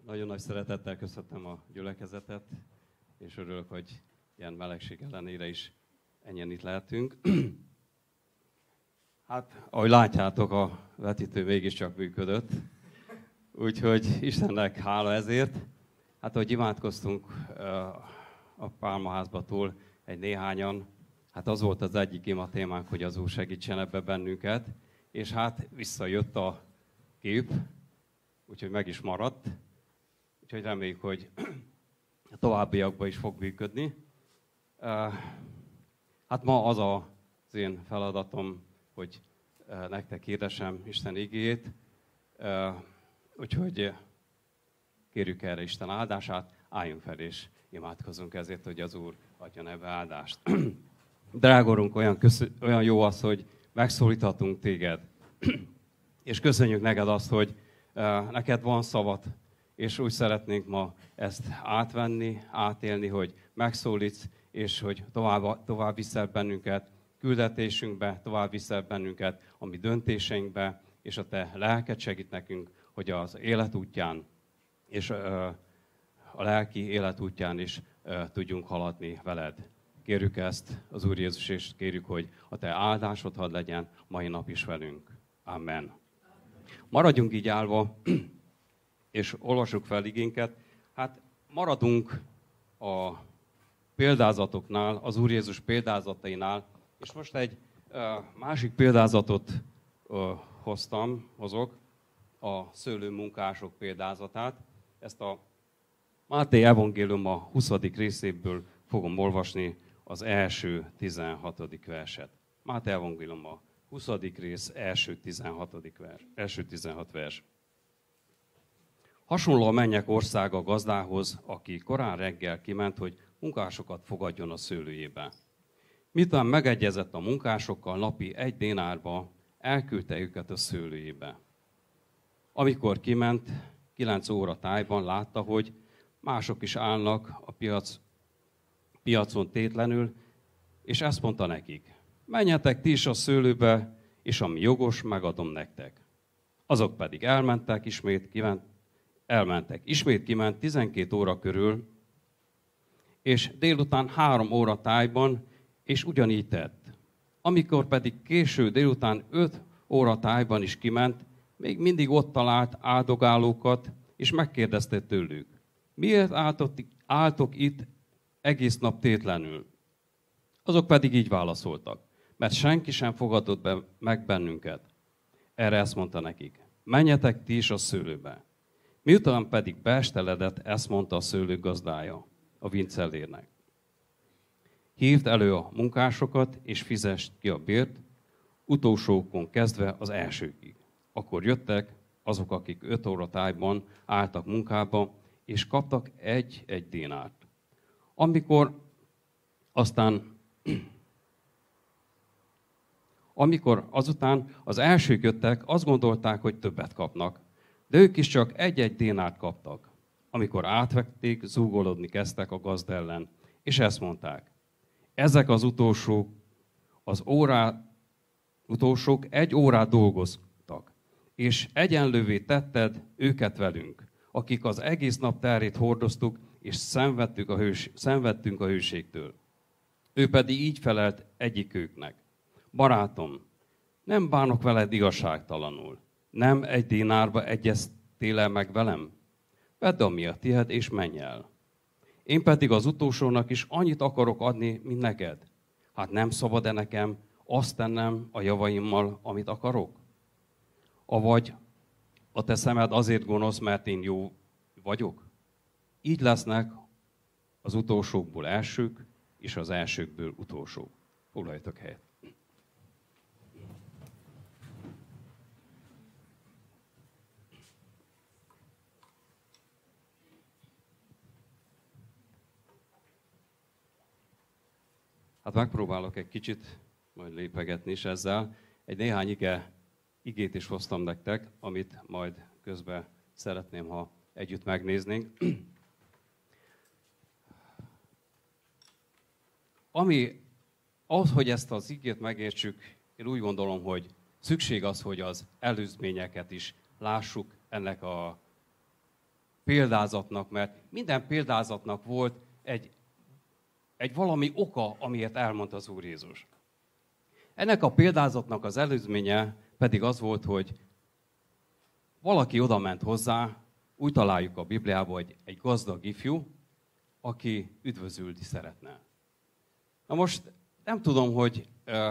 Nagyon nagy szeretettel köszöntöm a gyülekezetet, és örülök, hogy ilyen melegség ellenére is ennyien itt lehetünk. Hát, ahogy látjátok, a vetítő mégiscsak működött, úgyhogy Istennek hála ezért. Hát, ahogy imádkoztunk a Pálmaházba túl egy néhányan, hát az volt az egyik ima témánk, hogy az Úr segítsen ebbe bennünket, és hát visszajött a kép, úgyhogy meg is maradt. Úgyhogy reméljük, hogy a továbbiakban is fog működni. Hát ma az én feladatom, hogy nektek hirdessem Isten igéjét. Úgyhogy kérjük erre Isten áldását, álljunk fel és imádkozunk ezért, hogy az Úr adjon ebbe áldást. Drága Urunk, olyan jó az, hogy megszólíthatunk téged. És köszönjük neked azt, hogy neked van szavad, és úgy szeretnénk ma ezt átvenni, átélni, hogy megszólítsz, és hogy tovább viszel bennünket küldetésünkbe, tovább viszel bennünket a mi döntéseinkbe, és a te lelked segít nekünk, hogy az életútján, és a lelki életútján is tudjunk haladni veled. Kérjük ezt az Úr Jézus, és kérjük, hogy a te áldásod hadd legyen mai nap is velünk. Amen. Maradjunk így állva, és olvassuk fel igénket. Hát maradunk a példázatoknál, az Úr Jézus példázatainál, és most egy másik példázatot hozok, a szőlőmunkások példázatát. Ezt a Máté evangélium a 20. részéből fogom olvasni az első 16. verset. Máté evangélium a 20. rész első 16 vers. Hasonló a mennyek országa a gazdához, aki korán reggel kiment, hogy munkásokat fogadjon a szőlőjébe. Miután megegyezett a munkásokkal napi 1 dénárba, elküldte őket a szőlőjébe. Amikor kiment, 9 óra tájban látta, hogy mások is állnak a piacon tétlenül, és ezt mondta nekik: menjetek ti is a szőlőbe, és ami jogos, megadom nektek. Azok pedig elmentek, ismét kiment 12 óra körül, és délután 3 óra tájban, és ugyanígy tett. Amikor pedig késő délután 5 óra tájban is kiment, még mindig ott talált áldogálókat, és megkérdezte tőlük: miért álltok itt egész nap tétlenül? Azok pedig így válaszoltak: mert senki sem fogadott meg bennünket. Erre ezt mondta nekik: menjetek ti is a szőlőbe. Miután pedig beesteledett, ezt mondta a szőlő gazdája a vincellérnek: hívd elő a munkásokat, és fizest ki a bért, utolsókon kezdve az elsőkig. Akkor jöttek azok, akik 5 óra tájban álltak munkába, és kaptak 1 dénárt. Amikor azután az elsők jöttek, azt gondolták, hogy többet kapnak, de ők is csak 1 dénárt kaptak. Amikor átvették, zúgolódni kezdtek a gazda ellen, és ezt mondták: ezek az utolsók 1 órát dolgoztak, és egyenlővé tetted őket velünk, akik az egész nap terhét hordoztuk, és szenvedtünk a hőségtől. Ő pedig így felelt egyikőknek: barátom, nem bánok veled igazságtalanul. Nem 1 dénárba egyeztél el meg velem? Vedd, ami a tied, és menj el. Én pedig az utolsónak is annyit akarok adni, mint neked. Hát nem szabad-e nekem azt tennem a javaimmal, amit akarok? Avagy a te szemed azért gonosz, mert én jó vagyok? Így lesznek az utolsókból elsők, és az elsőkből utolsók. Foglaljatok helyet. Hát megpróbálok egy kicsit majd lépegetni is ezzel. Egy néhány igét is hoztam nektek, amit majd közben szeretném, ha együtt megnéznénk. Ahhoz, hogy ezt az igét megértsük, én úgy gondolom, hogy szükség az, hogy az előzményeket is lássuk ennek a példázatnak, mert minden példázatnak volt egy valami oka, amiért elmondta az Úr Jézus. Ennek a példázatnak az előzménye pedig az volt, hogy valaki oda ment hozzá, úgy találjuk a Bibliában, hogy egy gazdag ifjú, aki üdvözülni szeretne. Na most nem tudom, hogy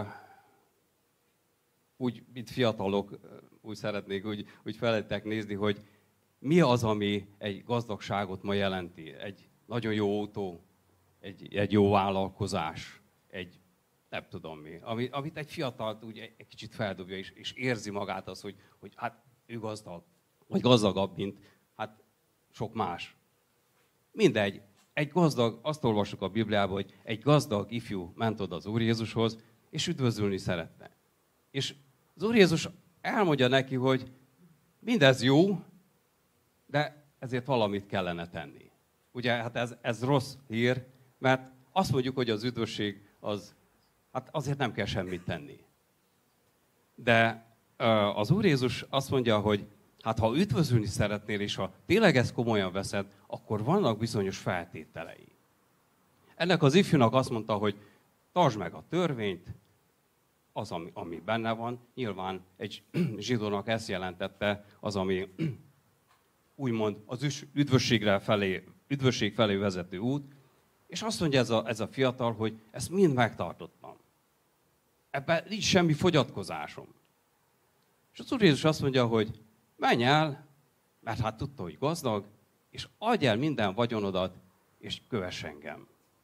úgy, mint fiatalok, úgy szeretnék úgy felettek nézni, hogy mi az, ami egy gazdagságot ma jelenti. Egy nagyon jó autó, egy jó vállalkozás, egy nem tudom mi, amit egy fiatalt úgy egy kicsit feldobja, és érzi magát az, hogy hát ő gazdag, vagy gazdagabb, mint hát sok más. Mindegy. Egy gazdag, azt olvassuk a Bibliában, hogy egy gazdag ifjú ment oda az Úr Jézushoz, és üdvözülni szeretne. És az Úr Jézus elmondja neki, hogy mindez jó, de ezért valamit kellene tenni. Ugye, hát ez rossz hír, mert azt mondjuk, hogy az üdvösség hát azért nem kell semmit tenni. De az Úr Jézus azt mondja, hogy hát ha üdvözülni szeretnél, és ha tényleg ezt komolyan veszed, akkor vannak bizonyos feltételei. Ennek az ifjúnak azt mondta, hogy tartsd meg a törvényt, az, ami benne van. Nyilván egy zsidónak ezt jelentette az, ami úgymond az üdvösség felé vezető út. És azt mondja ez a fiatal, hogy ezt mind megtartottam. Ebben nincs semmi fogyatkozásom. És az Úr Jézus azt mondja, hogy menj el, mert hát tudta, hogy gazdag, és adj el minden vagyonodat, és kövess engem.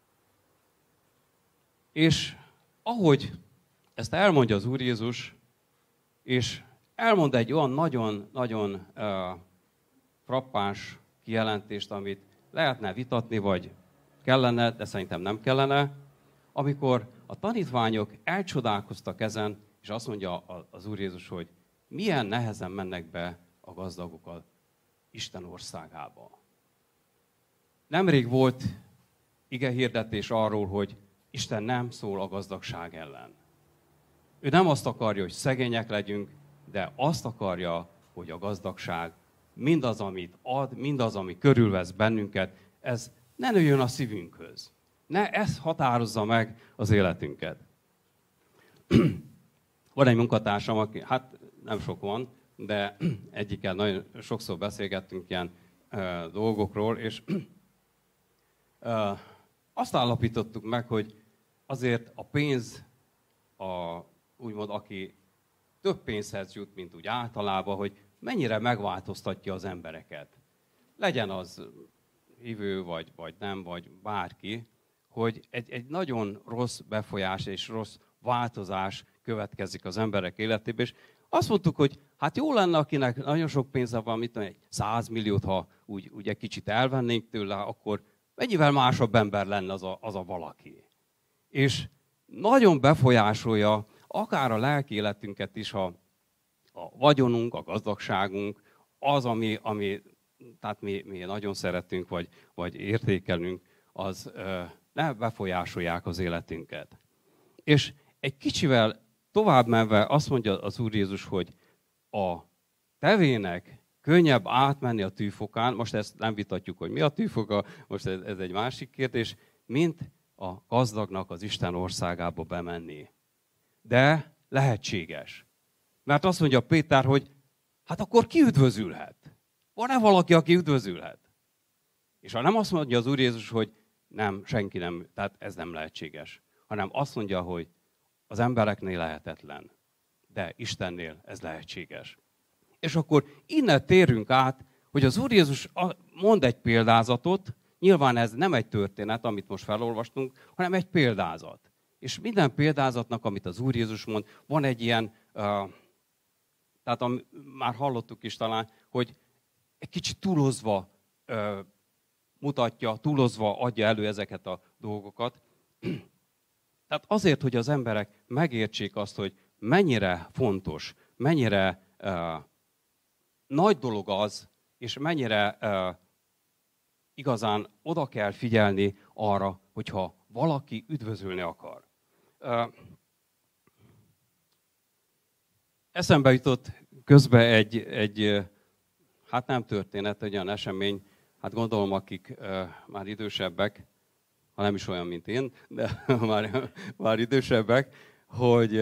És ahogy ezt elmondja az Úr Jézus, és elmond egy olyan nagyon frappáns kijelentést, amit lehetne vitatni, vagy kellene, de szerintem nem kellene, amikor a tanítványok elcsodálkoztak ezen, és azt mondja az Úr Jézus, hogy milyen nehezen mennek be a gazdagok az Isten országába. Nemrég volt igehirdetés arról, hogy Isten nem szól a gazdagság ellen. Ő nem azt akarja, hogy szegények legyünk, de azt akarja, hogy a gazdagság, mindaz, amit ad, mindaz, ami körülvesz bennünket, ez ne nőjön a szívünkhöz. Ne ez határozza meg az életünket. Van egy munkatársam, aki, hát nem sok van, de egyikkel nagyon sokszor beszélgettünk ilyen dolgokról, és azt állapítottuk meg, hogy azért a pénz, úgymond aki több pénzhez jut, mint úgy általában, hogy mennyire megváltoztatja az embereket. Legyen az hívő, vagy nem, vagy bárki, hogy egy nagyon rossz befolyás és rossz változás következik az emberek életében, és azt mondtuk, hogy hát jó lenne, akinek nagyon sok pénze van, mit tudom, egy 100 milliót, ha úgy egy kicsit elvennénk tőle, akkor mennyivel másabb ember lenne az a valaki. És nagyon befolyásolja akár a lelki életünket is, a vagyonunk, a gazdagságunk, az, ami tehát mi nagyon szeretünk, vagy értékelünk, az ne befolyásolják az életünket. És egy kicsivel tovább menve azt mondja az Úr Jézus, hogy a tevének könnyebb átmenni a tűfokán, most ezt nem vitatjuk, hogy mi a tűfoka, most ez egy másik kérdés, mint a gazdagnak az Isten országába bemenni. De lehetséges. Mert azt mondja Péter, hogy hát akkor ki üdvözülhet? Van-e valaki, aki üdvözülhet? És ha nem azt mondja az Úr Jézus, hogy nem, senki nem, tehát ez nem lehetséges, hanem azt mondja, hogy az embereknél lehetetlen, de Istennél ez lehetséges. És akkor innen térünk át, hogy az Úr Jézus mond egy példázatot, nyilván ez nem egy történet, amit most felolvastunk, hanem egy példázat. És minden példázatnak, amit az Úr Jézus mond, van egy ilyen, tehát már hallottuk is talán, hogy egy kicsit túlozva mutatja, túlozva adja elő ezeket a dolgokat. Tehát azért, hogy az emberek megértsék azt, hogy mennyire fontos, mennyire nagy dolog az, és mennyire igazán oda kell figyelni arra, hogyha valaki üdvözölni akar. Eszembe jutott közben egy hát nem történet, egy olyan esemény, hát gondolom, akik már idősebbek, ha nem is olyan, mint én, de már idősebbek, hogy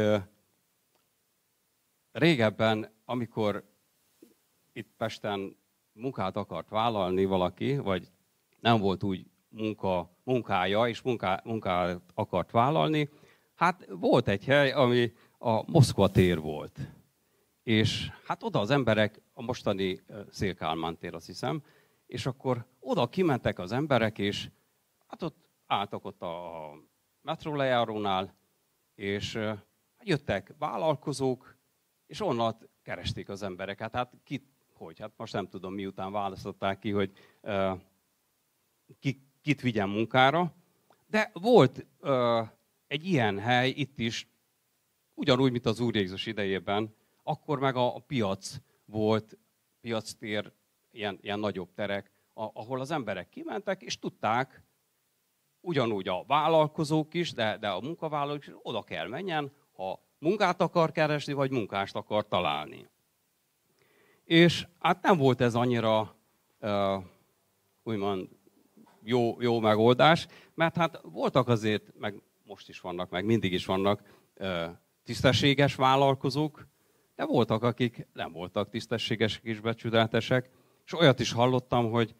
régebben, amikor itt Pesten munkát akart vállalni valaki, vagy nem volt úgy munkája, és munkát akart vállalni, hát volt egy hely, ami a Moszkva tér volt. És hát oda az emberek, a mostani Széll-Kálmán tér, azt hiszem, és akkor oda kimentek az emberek, és hát ott álltak ott a metrólejárónál, és jöttek vállalkozók, és onnan keresték az embereket. Hát hát most nem tudom, miután választották ki, hogy kit vigyen munkára, de volt egy ilyen hely itt is, ugyanúgy, mint az Úr Jézus idejében, akkor meg a piac volt, piactér, ilyen nagyobb terek, ahol az emberek kimentek, és tudták, ugyanúgy a vállalkozók is, de a munkavállalók is oda kell menjen, ha munkát akar keresni, vagy munkást akar találni. És hát nem volt ez annyira úgymond jó megoldás, mert hát voltak azért, meg most is vannak, meg mindig is vannak tisztességes vállalkozók, de voltak, akik nem voltak tisztességesek és becsületesek, és olyat is hallottam, hogy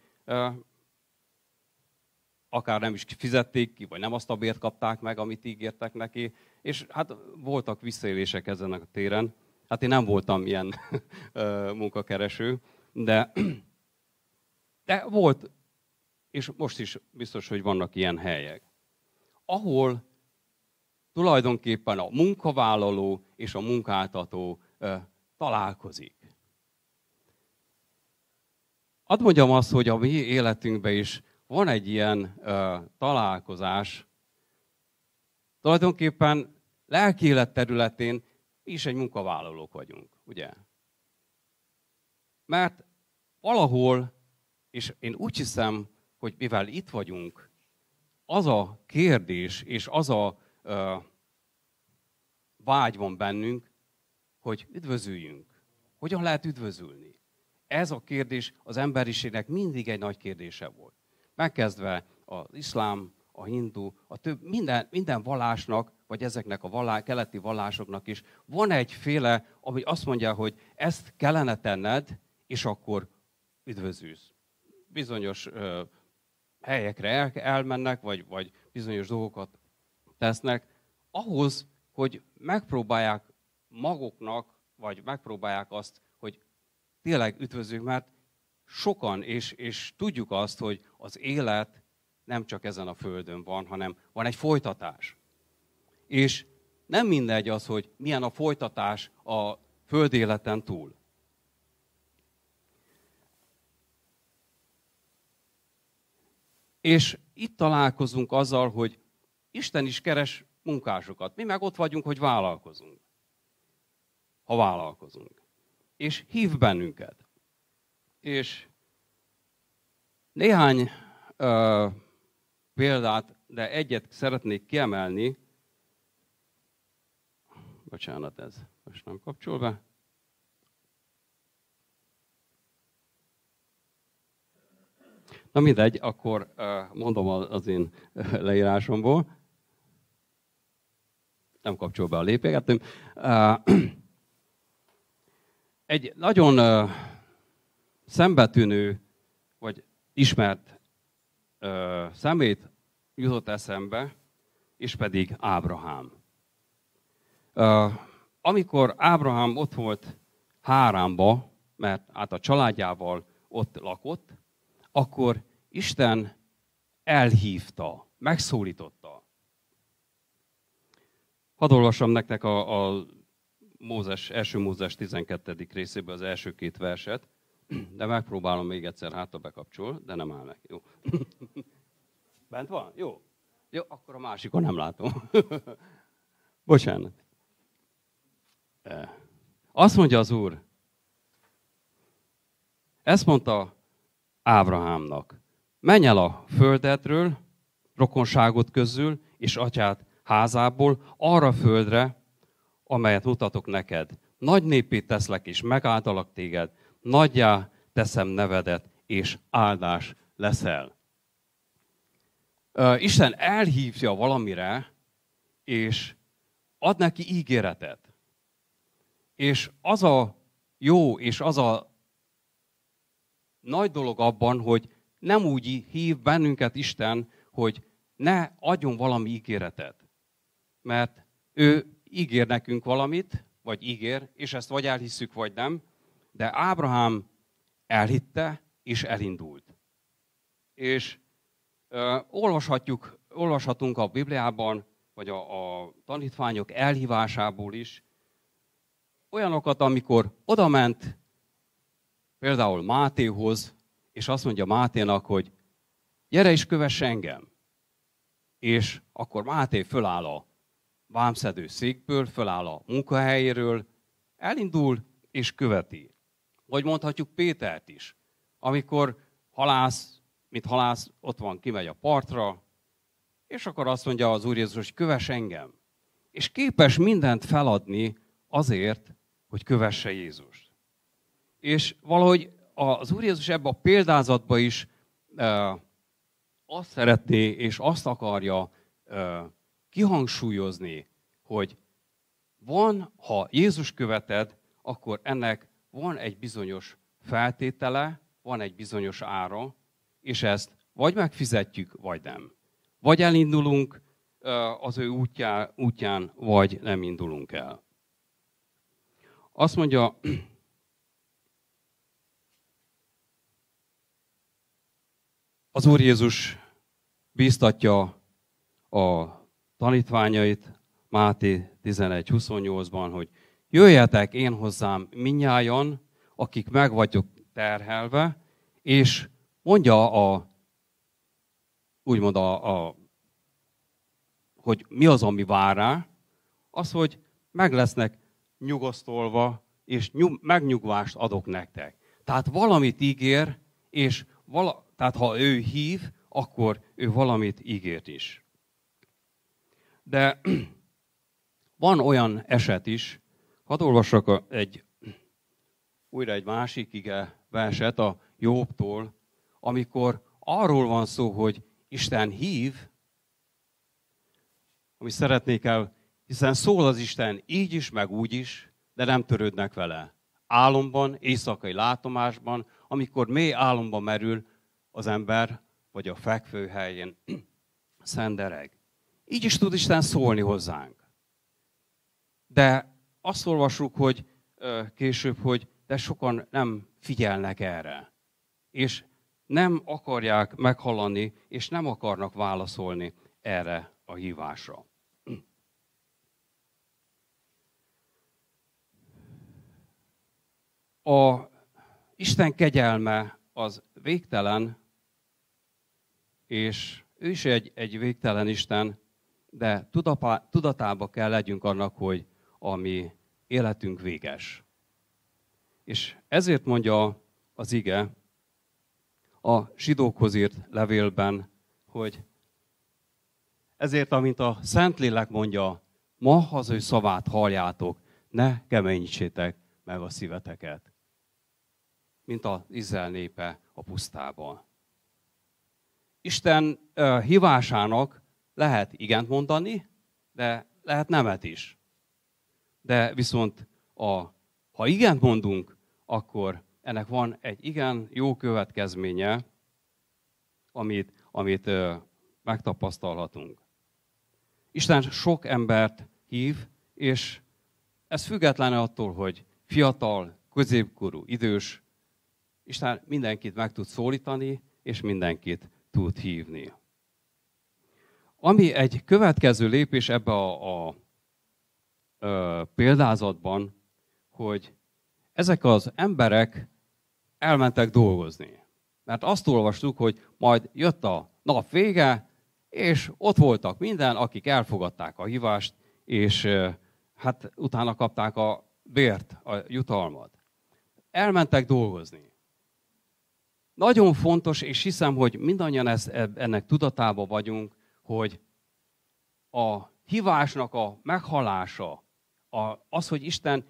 akár nem is fizették ki, vagy nem azt a bért kapták meg, amit ígértek neki, és hát voltak visszaélések ezen a téren. Hát én nem voltam ilyen munkakereső, de volt, és most is biztos, hogy vannak ilyen helyek, ahol tulajdonképpen a munkavállaló és a munkáltató találkozik. Hadd mondjam azt, hogy a mi életünkben is van egy ilyen találkozás. Tulajdonképpen lelki élet területén mi is egy munkavállalók vagyunk, ugye? Mert valahol, és én úgy hiszem, hogy mivel itt vagyunk, az a kérdés és az a vágy van bennünk, hogy üdvözüljünk. Hogyan lehet üdvözülni? Ez a kérdés az emberiségnek mindig egy nagy kérdése volt. Megkezdve az iszlám, a hindu, minden vallásnak, vagy ezeknek a keleti vallásoknak is van egyféle, ami azt mondja, hogy ezt kellene tenned, és akkor üdvözülsz. Bizonyos helyekre elmennek, vagy bizonyos dolgokat tesznek, ahhoz, hogy megpróbálják maguknak, vagy megpróbálják azt, hogy tényleg üdvözlünk, mert sokan, és tudjuk azt, hogy az élet nem csak ezen a földön van, hanem van egy folytatás. És nem mindegy az, hogy milyen a folytatás a földéleten túl. És itt találkozunk azzal, hogy Isten is keres munkásokat. Mi meg ott vagyunk, hogy vállalkozunk. Ha vállalkozunk. És hív bennünket. És néhány példát, de egyet szeretnék kiemelni. Bocsánat, ez most nem kapcsol be. Na mindegy, akkor mondom az én leírásomból. Nem kapcsol be a lépégetőm. Egy nagyon szembetűnő, vagy ismert szemét jutott eszembe, és pedig Ábrahám. Amikor Ábrahám ott volt Háránba, mert hát a családjával ott lakott, akkor Isten elhívta, megszólította. Hadd olvassam nektek a első Mózes 12. részéből az első 2 verset, de megpróbálom még egyszer, hát bekapcsol, de nem áll meg. Jó. Bent van? Jó. Jó, akkor a másikon nem látom. Bocsánat. Azt mondja az Úr, ezt mondta Ábrahámnak, menj el a földedről, rokonságot közül, és atyád házából arra a földre, amelyet mutatok neked. Nagy néppé teszlek, és megáldalak téged, nagyjá teszem nevedet, és áldás leszel. Isten elhívja valamire, és ad neki ígéretet. És az a jó, és az a nagy dolog abban, hogy nem úgy hív bennünket Isten, hogy ne adjon valami ígéretet. Mert ő ígér nekünk valamit, vagy ígér, és ezt vagy elhisszük, vagy nem, de Ábrahám elhitte, és elindult. És olvashatunk a Bibliában, vagy a tanítványok elhívásából is olyanokat, amikor odament például Mátéhoz, és azt mondja Máténak, hogy gyere és kövess engem. És akkor Máté föláll a vámszedő székből, föláll a munkahelyéről, elindul és követi. Vagy mondhatjuk Pétert is, amikor mint halász, ott van, kimegy a partra, és akkor azt mondja az Úr Jézus, hogy kövess engem. És képes mindent feladni azért, hogy kövesse Jézust. És valahogy az Úr Jézus ebbe a példázatba is azt szeretné, és azt akarja kihangsúlyozni, hogy ha Jézus követed, akkor ennek van egy bizonyos feltétele, van egy bizonyos ára, és ezt vagy megfizetjük, vagy nem. Vagy elindulunk az ő útján, vagy nem indulunk el. Azt mondja, az Úr Jézus bíztatja a tanítványait Máté 11:28-ban, hogy jöjjetek én hozzám mindnyájan, akik meg vagytok terhelve, és mondja hogy mi az, ami vár rá, az, hogy meg lesznek nyugosztolva, és megnyugvást adok nektek. Tehát valamit ígér, és tehát ha ő hív, akkor ő valamit ígért is. De van olyan eset is, hadd olvassak újra egy másik ige verset a Jobbtól, amikor arról van szó, hogy Isten hív, amit szeretnék el, hiszen szól az Isten így is, meg úgy is, de nem törődnek vele. Álomban, éjszakai látomásban, amikor mély álomba merül az ember, vagy a fekvőhelyén szendereg. Így is tud Isten szólni hozzánk. De azt olvassuk, hogy később, hogy de sokan nem figyelnek erre. És nem akarják meghallani, és nem akarnak válaszolni erre a hívásra. A Isten kegyelme az végtelen, és ő is egy végtelen Isten, de tudatába kell legyünk annak, hogy a mi életünk véges. És ezért mondja az ige a zsidókhoz írt levélben, hogy ezért, amint a Szentlélek mondja, ma az ő szavát halljátok, ne keményítsétek meg a szíveteket, mint az Izrael népe a pusztában. Isten hívásának lehet igent mondani, de lehet nemet is. De viszont ha igent mondunk, akkor ennek van egy igen jó következménye, amit megtapasztalhatunk. Isten sok embert hív, és ez független attól, hogy fiatal, középkorú, idős, Isten mindenkit meg tud szólítani, és mindenkit tud hívni. Ami egy következő lépés ebbe a példázatban, hogy ezek az emberek elmentek dolgozni. Mert azt olvastuk, hogy majd jött a nap vége, és ott voltak minden, akik elfogadták a hívást, és hát utána kapták a bért, a jutalmat. Elmentek dolgozni. Nagyon fontos, és hiszem, hogy mindannyian ennek tudatában vagyunk, hogy a hívásnak a meghallása, az, hogy Isten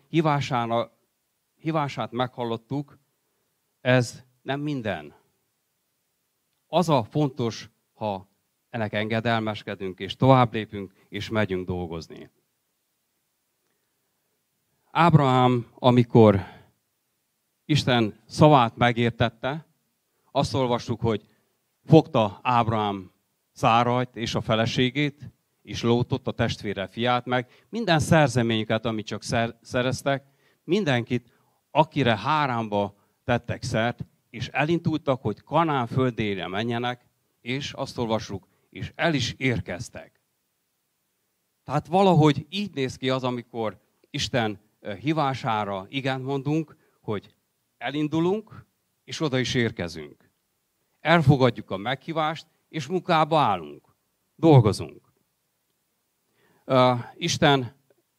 hívását meghallottuk, ez nem minden. az a fontos, ha ennek engedelmeskedünk, és tovább lépünk, és megyünk dolgozni. Ábrahám, amikor Isten szavát megértette, azt olvassuk, hogy fogta Ábrahám Szárajt és a feleségét, és Lótot, a testvére fiát meg, minden szerzeményüket, amit csak szereztek, mindenkit, akire Háránba tettek szert, és elindultak, hogy Kanán földére menjenek, és azt olvassuk, és el is érkeztek. Tehát valahogy így néz ki az, amikor Isten hívására igent mondunk, hogy elindulunk, és oda is érkezünk. Elfogadjuk a meghívást, és munkába állunk. Dolgozunk. Isten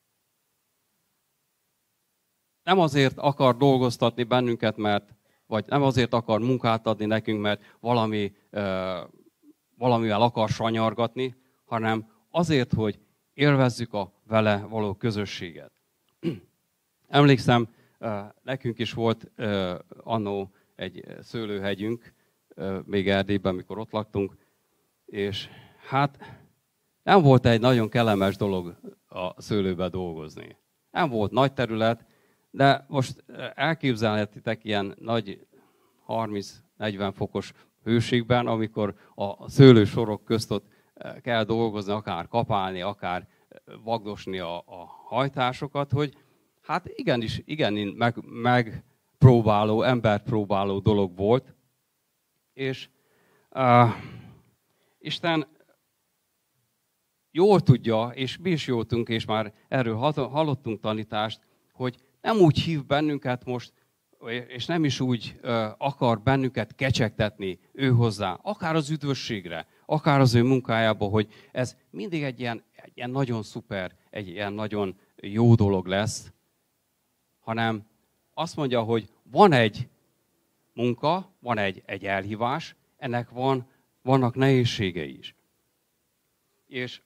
nem azért akar dolgoztatni bennünket, vagy nem azért akar munkát adni nekünk, mert valamivel akar sanyargatni, hanem azért, hogy élvezzük a vele való közösséget. Emlékszem, nekünk is volt annó egy szőlőhegyünk, még Erdélyben, amikor ott laktunk, és hát nem volt egy nagyon kellemes dolog a szőlőbe dolgozni. Nem volt nagy terület, de most elképzelhetitek ilyen nagy 30-40 fokos hőségben, amikor a szőlősorok közt ott kell dolgozni, akár kapálni, akár vagdosni a hajtásokat, hogy hát igenis, megpróbáló, embert próbáló dolog volt, és Isten jól tudja, és mi is jól tudunk, és már erről hallottunk tanítást, hogy nem úgy hív bennünket most, és nem is úgy akar bennünket kecsegtetni ő hozzá, akár az üdvösségre, akár az ő munkájába, hogy ez mindig egy ilyen nagyon szuper, egy ilyen nagyon jó dolog lesz, hanem azt mondja, hogy van egy munka, van egy elhívás, ennek vannak nehézségei is. És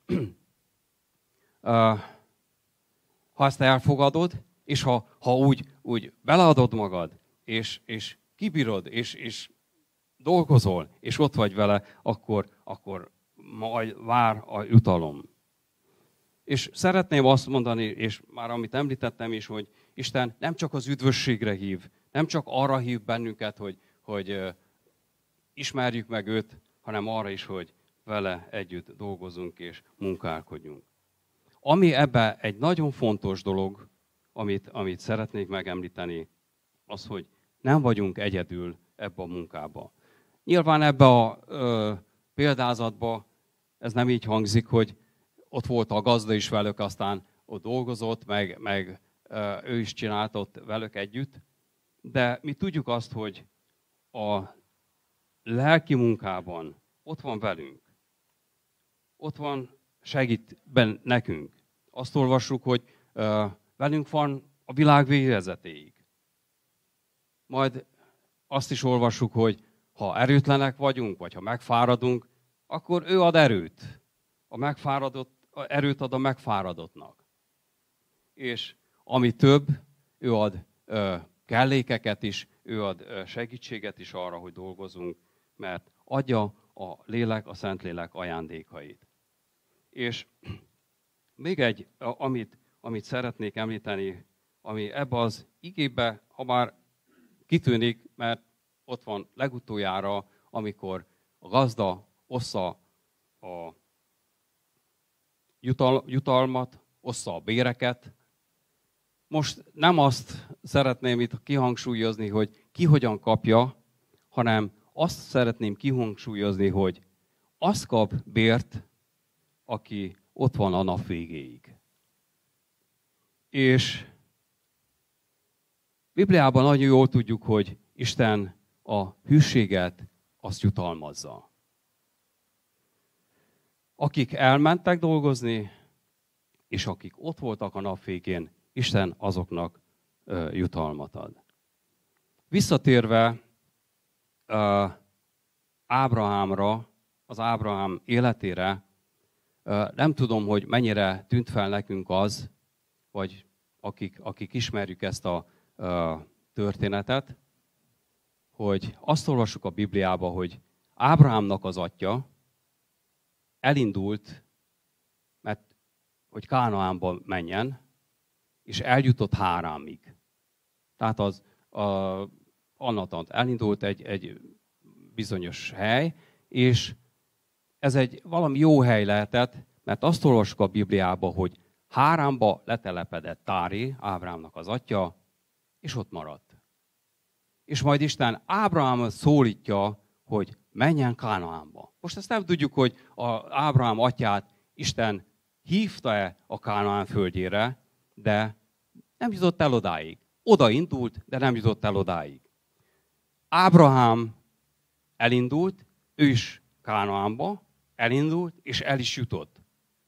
ha ezt elfogadod, és ha úgy beleadod magad, és kibírod, és dolgozol, és ott vagy vele, akkor majd vár a jutalom. És szeretném azt mondani, és már amit említettem is, hogy Isten nem csak az üdvösségre hív, nem csak arra hív bennünket, hogy ismerjük meg őt, hanem arra is, hogy vele együtt dolgozunk és munkálkodjunk. Ami ebben egy nagyon fontos dolog, amit szeretnék megemlíteni, az, hogy nem vagyunk egyedül ebbe a munkába. Nyilván ebbe a példázatba ez nem így hangzik, hogy ott volt a gazda is velük, aztán ott dolgozott, meg ő is csinált ott velük együtt, de mi tudjuk azt, hogy a lelki munkában ott van velünk. Ott van, segít nekünk. Azt olvassuk, hogy velünk van a világ végezetéig. Majd azt is olvassuk, hogy ha erőtlenek vagyunk, vagy ha megfáradunk, akkor ő ad erőt. Erőt ad a megfáradottnak. És ami több, ő ad kellékeket is, ő ad segítséget is arra, hogy dolgozunk, mert adja a lélek, a Szentlélek ajándékait. És még egy, amit szeretnék említeni, ami ebbe az igébe, ha már kitűnik, mert ott van legutoljára, amikor a gazda ossza a jutalmat, ossza a béreket. Most nem azt szeretném itt kihangsúlyozni, hogy ki hogyan kapja, hanem azt szeretném kihangsúlyozni, hogy azt kap bért, aki ott van a nap végéig. És Bibliában nagyon jól tudjuk, hogy Isten a hűséget azt jutalmazza. Akik elmentek dolgozni, és akik ott voltak a nap végén, Isten azoknak jutalmat ad. Visszatérve Ábrahámra, az Ábrahám életére, nem tudom, hogy mennyire tűnt fel nekünk az, vagy akik ismerjük ezt a történetet, hogy azt olvassuk a Bibliába, hogy Ábrahámnak az atya elindult, mert hogy Kánaánba menjen, és eljutott Hárámig. Tehát Annatant elindult egy bizonyos hely, és ez egy valami jó hely lehetett, mert azt olvassuk a Bibliában, hogy Hárámba letelepedett Tári, Ábrahámnak az atya, és ott maradt. És majd Isten Ábrahám szólítja, hogy menjen Kánaánba. Most ezt nem tudjuk, hogy Ábrahám atyát Isten hívta-e a Kánaán földjére, de nem jutott el odáig. Oda indult, de nem jutott el odáig. Ábrahám elindult, ő is Kánaánba elindult, és el is jutott.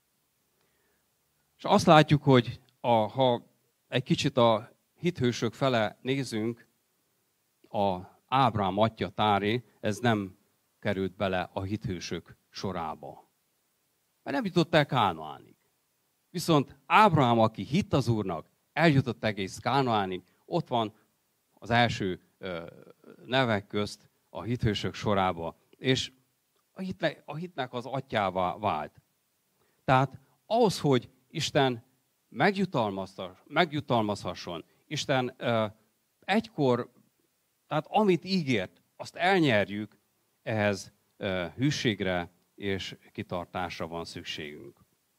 És azt látjuk, hogy ha egy kicsit a hithősök fele nézünk, a Ábrahám atya Tári, ez nem került bele a hithősök sorába. Mert nem jutott el Kánaánig. Viszont Ábrahám, aki hitt az Úrnak, eljutott egész Kánaánig, ott van az első nevek közt a hithősök sorába, és a hitnek az atyává vált. Tehát ahhoz, hogy Isten megjutalmazhasson, Isten egykor, tehát amit ígért, azt elnyerjük, ehhez hűségre és kitartásra van szükségünk.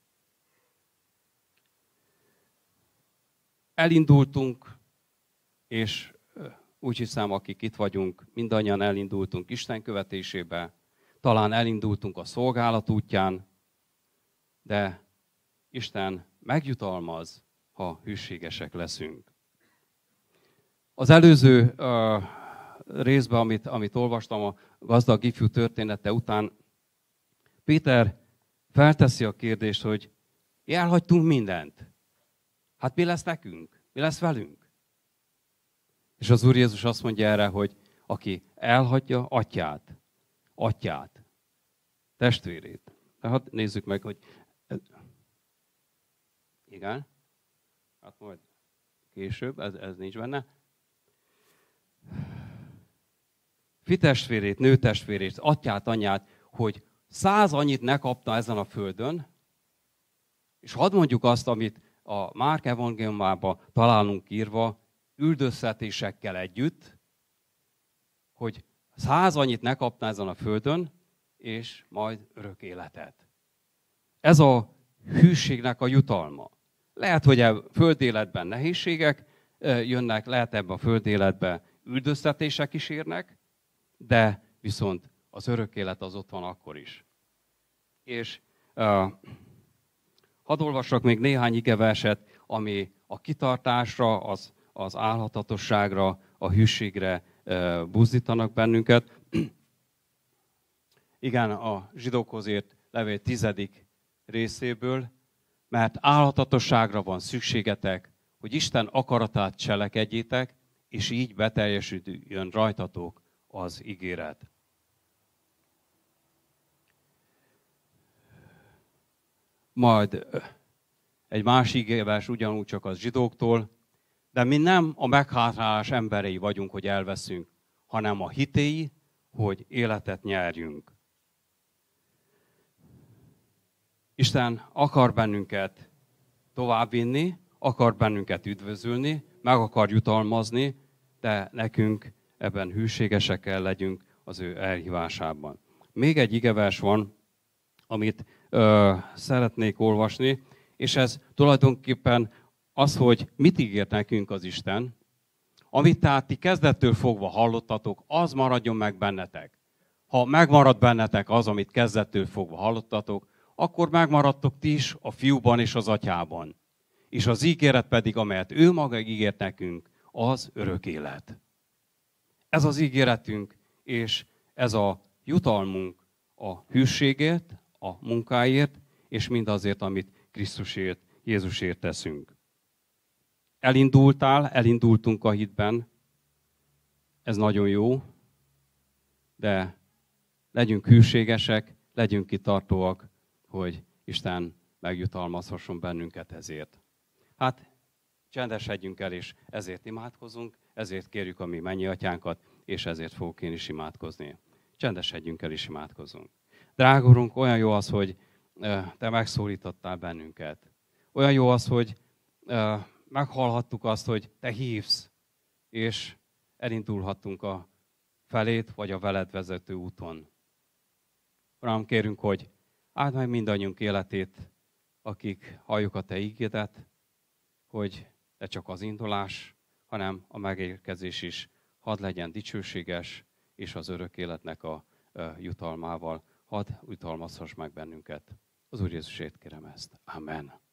Elindultunk, és úgy hiszem, akik itt vagyunk, mindannyian elindultunk Isten követésébe, talán elindultunk a szolgálat útján, de Isten megjutalmaz, ha hűségesek leszünk. Az előző részben, amit olvastam, a gazdag ifjú története után, Péter felteszi a kérdést, hogy elhagytunk mindent. Hát mi lesz nekünk? Mi lesz velünk? És az Úr Jézus azt mondja erre, hogy aki elhagyja atyát, testvérét. Tehát nézzük meg, hogy igen, hát majd később, ez nincs benne. Fitestvérét, nőtestvérét, atyát, anyját, hogy 100 annyit ne kapta ezen a földön, és hadd mondjuk azt, amit a Márk evangéliumában találunk írva, üldöztetésekkel együtt, hogy 100 annyit ne kapna ezen a földön, és majd örök életet. Ez a hűségnek a jutalma. Lehet, hogy a földéletben nehézségek jönnek, lehet ebben a földéletben üldöztetések is érnek, de viszont az örök élet az ott van akkor is. És hadd olvassak még néhány igeverset, ami a kitartásra, az álhatatosságra, a hűségre buzdítanak bennünket. Igen, a zsidókhoz írt levél 10. részéből, mert álhatatosságra van szükségetek, hogy Isten akaratát cselekedjétek, és így beteljesüljön rajtatok az ígéret. Majd egy másik ígéret ugyanúgy csak az zsidóktól, de mi nem a meghátrálás emberei vagyunk, hogy elveszünk, hanem a hitéi, hogy életet nyerjünk. Isten akar bennünket továbbvinni, akar bennünket üdvözölni, meg akar jutalmazni, de nekünk ebben hűségesek kell legyünk az ő elhívásában. Még egy igevers van, amit szeretnék olvasni, és ez tulajdonképpen az, hogy mit ígért nekünk az Isten, amit tehát ti kezdettől fogva hallottatok, az maradjon meg bennetek. Ha megmarad bennetek az, amit kezdettől fogva hallottatok, akkor megmaradtok ti is a fiúban és az atyában. És az ígéret pedig, amelyet ő maga ígért nekünk, az örök élet. Ez az ígéretünk, és ez a jutalmunk a hűségért, a munkáért, és mindazért, amit Krisztusért, Jézusért teszünk. Elindultunk a hitben, ez nagyon jó, de legyünk hűségesek, legyünk kitartóak, hogy Isten megjutalmazhasson bennünket ezért. Hát csendesedjünk el, és ezért imádkozunk, ezért kérjük a mi mennyi atyánkat, és ezért fogok én is imádkozni. csendesedjünk el és imádkozzunk. Drága Urunk, olyan jó az, hogy Te megszólítottál bennünket. Olyan jó az, hogy meghallhattuk azt, hogy Te hívsz, és elindulhattunk a felét, vagy a veled vezető úton. Uram, kérünk, hogy áld meg mindannyiunk életét, akik halljuk a Te ígédet, hogy ne csak az indulás, hanem a megérkezés is hadd legyen dicsőséges, és az örök életnek a jutalmával hadd jutalmazhass meg bennünket. Az Úr Jézusért kérem ezt. Amen.